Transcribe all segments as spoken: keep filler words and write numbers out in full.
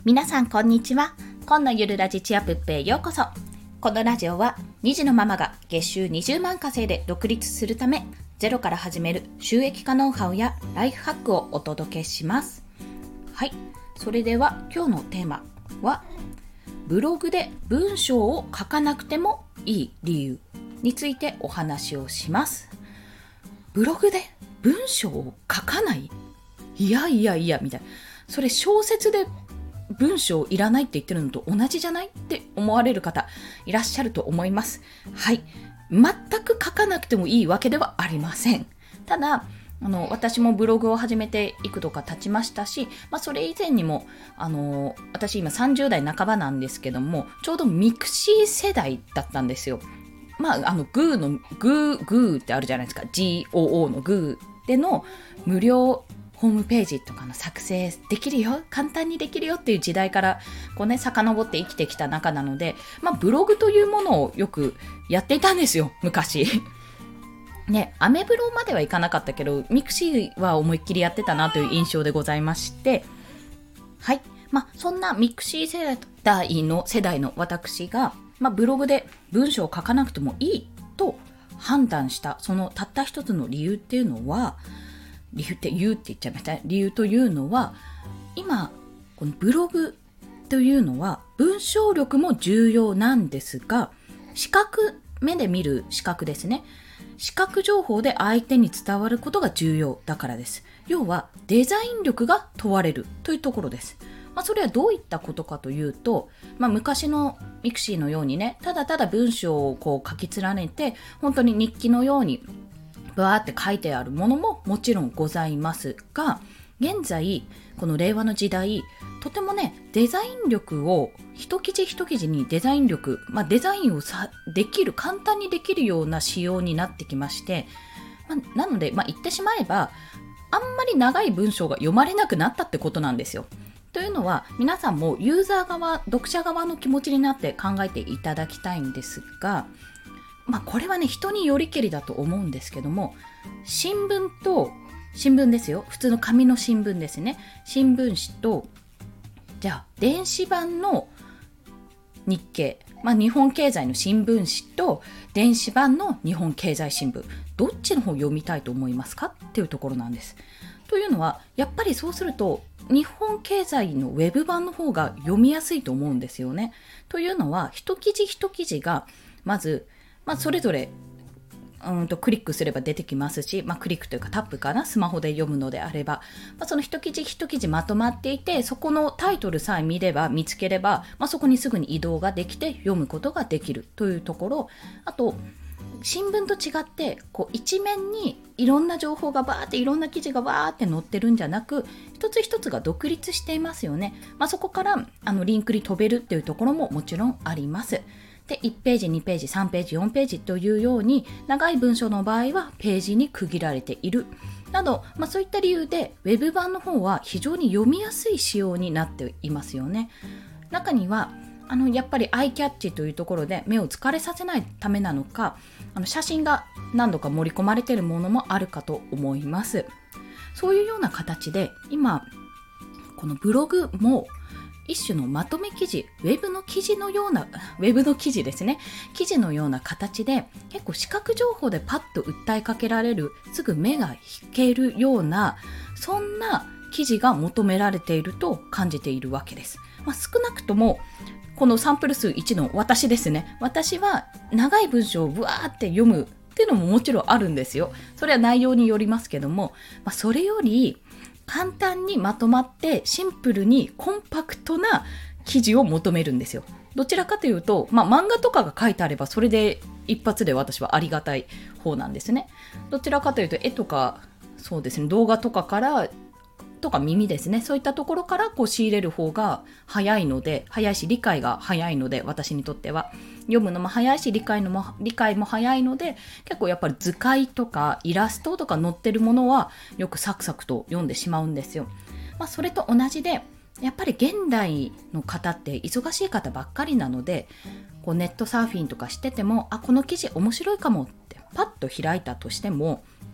皆さんこんにちは。今のゆるラジチアプッペへようこそ。このラジオはに児のママが月収にじゅうまん稼いで独立するため、ゼロから始める収益化ノウハウやライフハックをお届けします。はい、それでは今日のテーマはブログで文章を書かなくてもいい理由についてお話をします。ブログで文章を書かない？いやいやいやみたいな。それ小説で文章いらないって言ってるのと同じじゃないって思われる方いらっしゃると思います。はい。全く書かなくてもいいわけではありません。ただ、あの、私もブログを始めて幾度か経ちましたし、まあ、それ以前にも、あの、私今さんじゅう代半ばなんですけども、ちょうどミクシー世代だったんですよ。まあ、あの、グーの、グー、グーってあるじゃないですか。ジーオーオー のグーでの無料ホームページとかの作成できるよ、簡単にできるよっていう時代からこうね、遡って生きてきた中なので、まあブログというものをよくやっていたんですよ、昔。ね、アメブロまではいかなかったけど、ミクシーは思いっきりやってたなという印象でございまして、はい。まあそんなミクシー世代の世代の私が、まあブログで文章を書かなくてもいいと判断した、そのたった一つの理由っていうのは、理由って言うって言っちゃいました。理由というのは、今このブログというのは文章力も重要なんですが、視覚、目で見る視覚ですね。視覚情報で相手に伝わることが重要だからです。要はデザイン力が問われるというところです。まあ、それはどういったことかというと、まあ、昔のミクシーのようにね、ただただ文章をこう書き連ねて、本当に日記のようにバーって書いてあるものももちろんございますが、現在この令和の時代、とてもね、デザイン力を一記事一記事にデザイン力、まあ、デザインをさできる、簡単にできるような仕様になってきまして、まあ、なので、まあ、言ってしまえばあんまり長い文章が読まれなくなったってことなんですよ。というのは、皆さんもユーザー側、読者側の気持ちになって考えていただきたいんですが、まあこれはね、人によりけりだと思うんですけども、新聞と、新聞ですよ。普通の紙の新聞ですね。新聞紙と、じゃあ、電子版の日経、まあ日本経済の新聞紙と、電子版の日本経済新聞、どっちの方を読みたいと思いますかっていうところなんです。というのは、やっぱりそうすると、日本経済のウェブ版の方が読みやすいと思うんですよね。というのは、一記事一記事が、まず、まあ、それぞれうんとクリックすれば出てきますし、まあ、クリックというかタップかな、スマホで読むのであれば、まあ、その一記事一記事まとまっていて、そこのタイトルさえ見れば、見つければ、まあ、そこにすぐに移動ができて読むことができるというところ。あと、新聞と違ってこう一面にいろんな情報がバーって、いろんな記事がバーって載ってるんじゃなく、一つ一つが独立していますよね。まあ、そこからあのリンクに飛べるっていうところももちろんあります。で、いちページ、にページ、さんページ、よんページというように、長い文章の場合はページに区切られているなど、まあ、そういった理由でウェブ版の方は非常に読みやすい仕様になっていますよね。中にはあのやっぱりアイキャッチというところで目を疲れさせないためなのか、あの写真が何度か盛り込まれているものもあるかと思います。そういうような形で今このブログも一種のまとめ記事、ウェブの記事のような、ウェブの記事ですね。記事のような形で、結構視覚情報でパッと訴えかけられる、すぐ目が引けるような、そんな記事が求められていると感じているわけです。まあ、少なくとも、このサンプル数いちの私ですね。私は長い文章をブワーって読むっていうのももちろんあるんですよ。それは内容によりますけども、まあ、それより、簡単にまとまってシンプルにコンパクトな記事を求めるんですよ。どちらかというと、まあ、漫画とかが書いてあればそれで一発で私はありがたい方なんですね。どちらかというと絵とか、そうですね、動画とかからとか耳ですね、そういったところからこう仕入れる方が早いので、早いし理解が早いので、私にとっては読むのも早いし理解のも理解も早いので、結構やっぱり図解とかイラストとか載ってるものはよくサクサクと読んでしまうんですよ。まあ、それと同じで、やっぱり現代の方って忙しい方ばっかりなので、こうネットサーフィンとかしてても、あ、この記事面白いかもってパッと開いたとしても、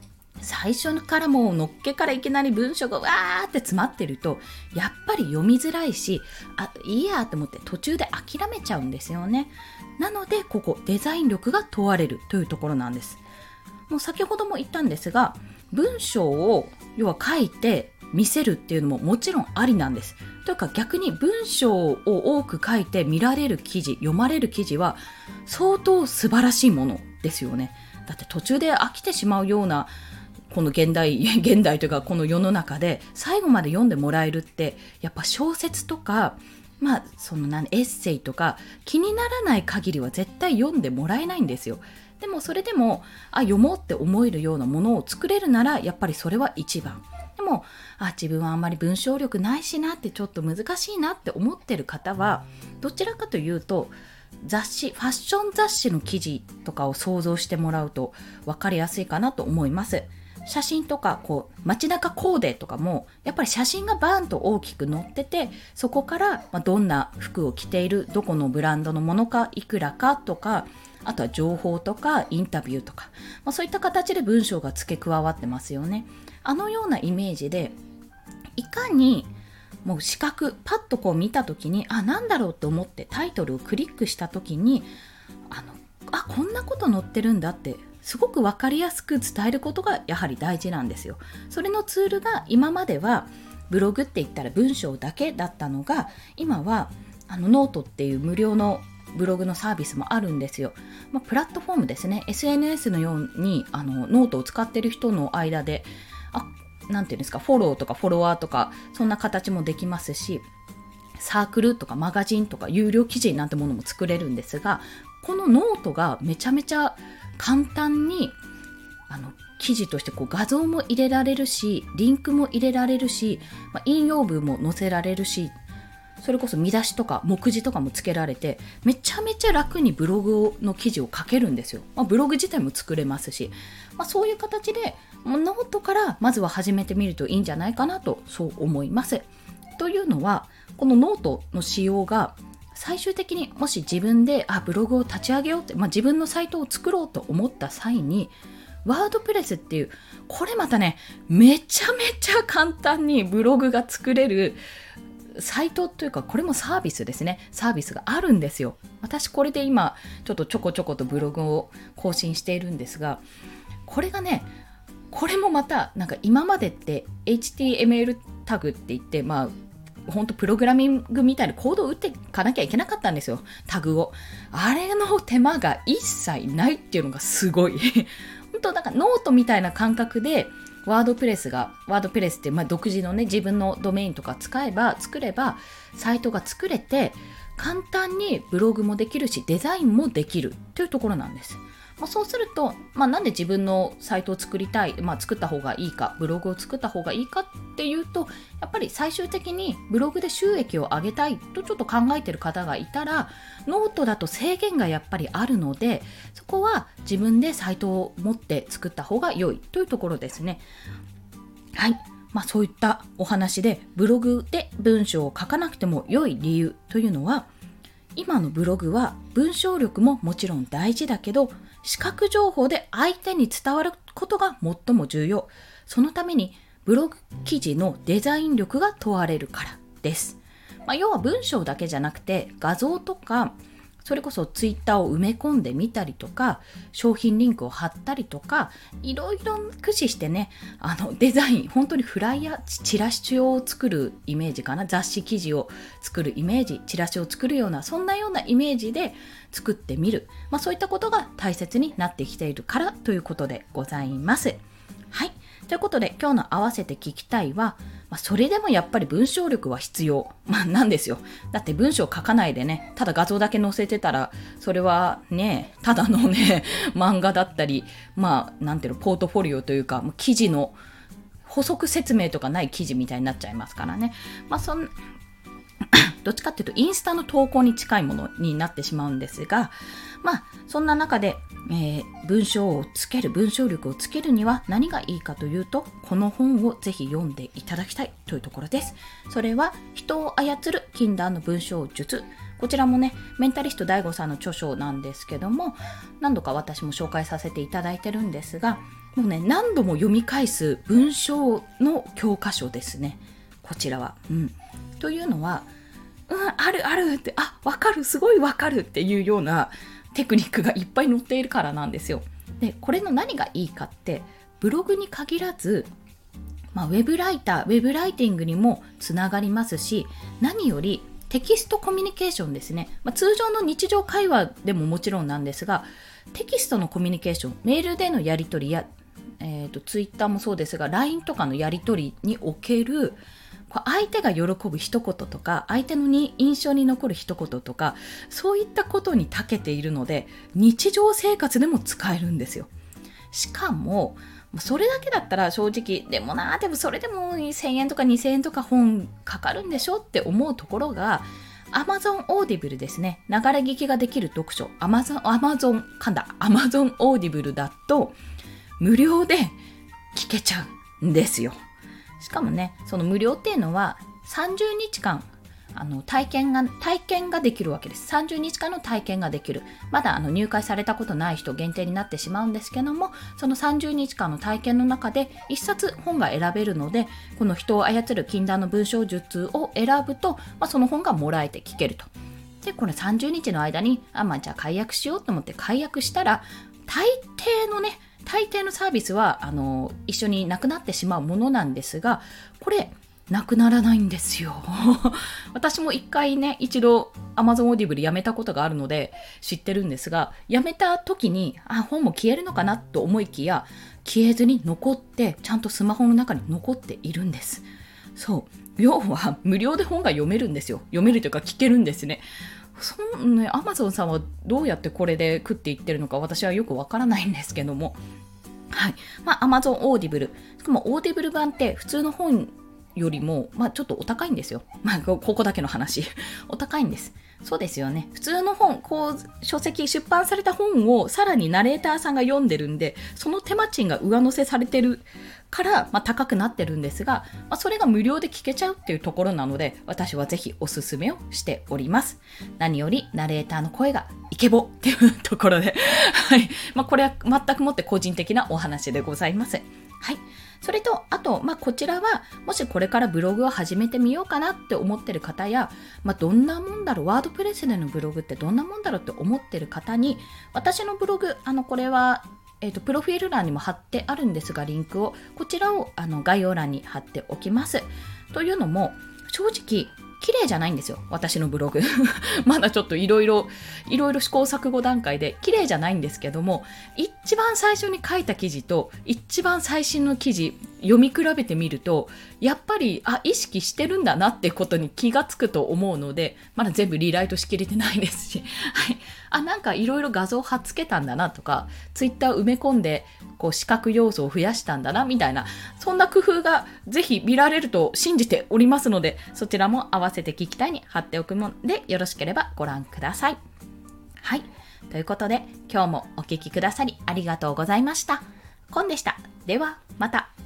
最初からもうのっけからいきなり文章がわーって詰まってると、やっぱり読みづらいし、あ、いいやと思って途中で諦めちゃうんですよね。なのでここデザイン力が問われるというところなんです。もう先ほども言ったんですが、文章を要は書いて見せるっていうのももちろんありなんです。というか逆に文章を多く書いて見られる記事、読まれる記事は相当素晴らしいものですよね。だって途中で飽きてしまうようなこの現代、現代というかこの世の中で最後まで読んでもらえるってやっぱ小説とか、まあその何エッセイとか気にならない限りは絶対読んでもらえないんですよ。でもそれでもあ読もうって思えるようなものを作れるならやっぱりそれは一番。でもあ自分はあんまり文章力ないしなってちょっと難しいなって思ってる方はどちらかというと雑誌、ファッション雑誌の記事とかを想像してもらうと分かりやすいかなと思います。写真とかこう街中コーデとかもやっぱり写真がバーンと大きく載ってて、そこからまあどんな服を着ている、どこのブランドのものか、いくらかとか、あとは情報とかインタビューとか、まあ、そういった形で文章が付け加わってますよね。あのようなイメージでいかにもう視覚パッとこう見た時にあなんだろうと思ってタイトルをクリックした時にあのあこんなこと載ってるんだってすごく分かりやすく伝えることがやはり大事なんですよ。それのツールが今まではブログって言ったら文章だけだったのが、今はあのノートっていう無料のブログのサービスもあるんですよ。まあ、プラットフォームですね。 エスエヌエス のようにあのノートを使ってる人の間であなんていうんですか、フォローとかフォロワーとかそんな形もできますし、サークルとかマガジンとか有料記事なんてものも作れるんですが、このノートがめちゃめちゃ簡単にあの記事としてこう画像も入れられるし、リンクも入れられるし、まあ、引用文も載せられるし、それこそ見出しとか目次とかもつけられて、めちゃめちゃ楽にブログの記事を書けるんですよ。まあ、ブログ自体も作れますし、まあ、そういう形でノートからまずは始めてみるといいんじゃないかなとそう思います。というのはこのノートの仕様が最終的にもし自分であブログを立ち上げようって、まあ、自分のサイトを作ろうと思った際にワードプレスっていうこれまたねめちゃめちゃ簡単にブログが作れるサイトというか、これもサービスですね。サービスがあるんですよ。私これで今ちょっとちょこちょことブログを更新しているんですが、これがねこれもまたなんか今までって エイチティーエムエル タグって言ってまあ本当プログラミングみたいなコードを打っていかなきゃいけなかったんですよ、タグを。あれの手間が一切ないっていうのがすごい本当なんかノートみたいな感覚でワードプレスがワードプレスってまあ独自のね自分のドメインとか使えば作ればサイトが作れて簡単にブログもできるしデザインもできるというところなんです。まあ、そうすると、まあ、なんで自分のサイトを作りたい、まあ、作った方がいいか、ブログを作った方がいいかっていうと、やっぱり最終的にブログで収益を上げたいとちょっと考えている方がいたら、ノートだと制限がやっぱりあるので、そこは自分でサイトを持って作った方が良いというところですね。はい。まあ、そういったお話で、ブログで文章を書かなくても良い理由というのは、今のブログは文章力ももちろん大事だけど、視覚情報で相手に伝わることが最も重要。そのためにブログ記事のデザイン力が問われるからです。まあ、要は文章だけじゃなくて画像とか、それこそツイッターを埋め込んでみたりとか、商品リンクを貼ったりとか、いろいろ駆使してね、あのデザイン、本当にフライヤー、チラシを作るイメージかな、雑誌記事を作るイメージ、チラシを作るような、そんなようなイメージで作ってみる。まあそういったことが大切になってきているからということでございます。はい。ということで今日の合わせて聞きたいは、まあ、それでもやっぱり文章力は必要、まあ、なんですよ。だって文章書かないでね、ただ画像だけ載せてたら、それはね、ただのね、漫画だったり、まあ、なんていうの、ポートフォリオというか、記事の補足説明とかない記事みたいになっちゃいますからね。まあ、そんどっちかっていうとインスタの投稿に近いものになってしまうんですが、まあそんな中で、えー、文章をつける文章力をつけるには何がいいかというと、この本をぜひ読んでいただきたいというところです。それは人を操る禁断の文章術。こちらもねメンタリスト ダイゴ さんの著書なんですけども、何度か私も紹介させていただいてるんですが、 もうね、何度も読み返す文章の教科書ですね、こちらは。うん、というのは、うん、あるあるって、あ、わかる、すごいわかるっていうようなテクニックがいっぱい載っているからなんですよ。で、これの何がいいかって、ブログに限らず、まあ、ウェブライター、ウェブライティングにもつながりますし、何よりテキストコミュニケーションですね。まあ、通常の日常会話でももちろんなんですが、テキストのコミュニケーション、メールでのやり取りや、えーと、ツイッターもそうですが、ライン とかのやり取りにおける相手が喜ぶ一言とか、相手のに印象に残る一言とか、そういったことに長けているので、日常生活でも使えるんですよ。しかも、それだけだったら正直、でもな、でもそれでもせんえんとかにせんえんとか本かかるんでしょって思うところが、Amazon Audible ですね。流れ聞きができる読書。Amazon、Amazon、噛んだ。Amazon Audible だと、無料で聞けちゃうんですよ。しかもね、その無料っていうのはさんじゅうにちかんあの体験が体験ができるわけです。さんじゅうにちかんの体験ができる。まだあの入会されたことない人限定になってしまうんですけども、そのさんじゅうにちかんの体験の中でいっさつ本が選べるので、この人を操る禁断の文章術を選ぶと、まあ、その本がもらえて聞けると。で、これさんじゅうにちの間に、あ、まあ、じゃあ解約しようと思って解約したら、大抵のね、大抵のサービスはあの一緒になくなってしまうものなんですが、これなくならないんですよ。私も一回ね、一度 Amazon Audible やめたことがあるので知ってるんですが、やめた時に、あ、本も消えるのかなと思いきや、消えずに残って、ちゃんとスマホの中に残っているんです。そう、要は無料で本が読めるんですよ。読めるというか聞けるんですね。そんね、Amazon さんはどうやってこれで食っていってるのか私はよくわからないんですけども、はい、まあ、Amazon Audible、しかも Audible 版って普通の本よりも、まあ、ちょっとお高いんですよ。まあ、ここだけの話。お高いんです。そうですよね。普通の本、こう、書籍、出版された本をさらにナレーターさんが読んでるんで、その手間賃が上乗せされてるから、まあ、高くなってるんですが、まあ、それが無料で聞けちゃうっていうところなので、私はぜひおすすめをしております。何よりナレーターの声がイケボっていうところで、はい。まあ、これは全くもって個人的なお話でございます。はい。それと、あと、まあ、こちらは、もしこれからブログを始めてみようかなって思ってる方や、まあ、どんなもんだろう、ワードプレスでのブログってどんなもんだろうって思ってる方に、私のブログ、あの、これは、えっと、プロフィール欄にも貼ってあるんですが、リンクを、こちらをあの概要欄に貼っておきます。というのも、正直、綺麗じゃないんですよ、私のブログ。まだちょっといろいろ、いろいろ試行錯誤段階で綺麗じゃないんですけども、一番最初に書いた記事と一番最新の記事、読み比べてみると、やっぱり、あ、意識してるんだなってことに気がつくと思うので、まだ全部リライトしきれてないですし、はい。あ、なんかいろいろ画像貼っつけたんだなとか、ツイッター埋め込んで、こう視覚要素を増やしたんだなみたいな、そんな工夫がぜひ見られると信じておりますので、そちらも合わせて聞きたいに貼っておくので、よろしければご覧ください。はい。ということで、今日もお聞きくださりありがとうございました。コンでした。では、また。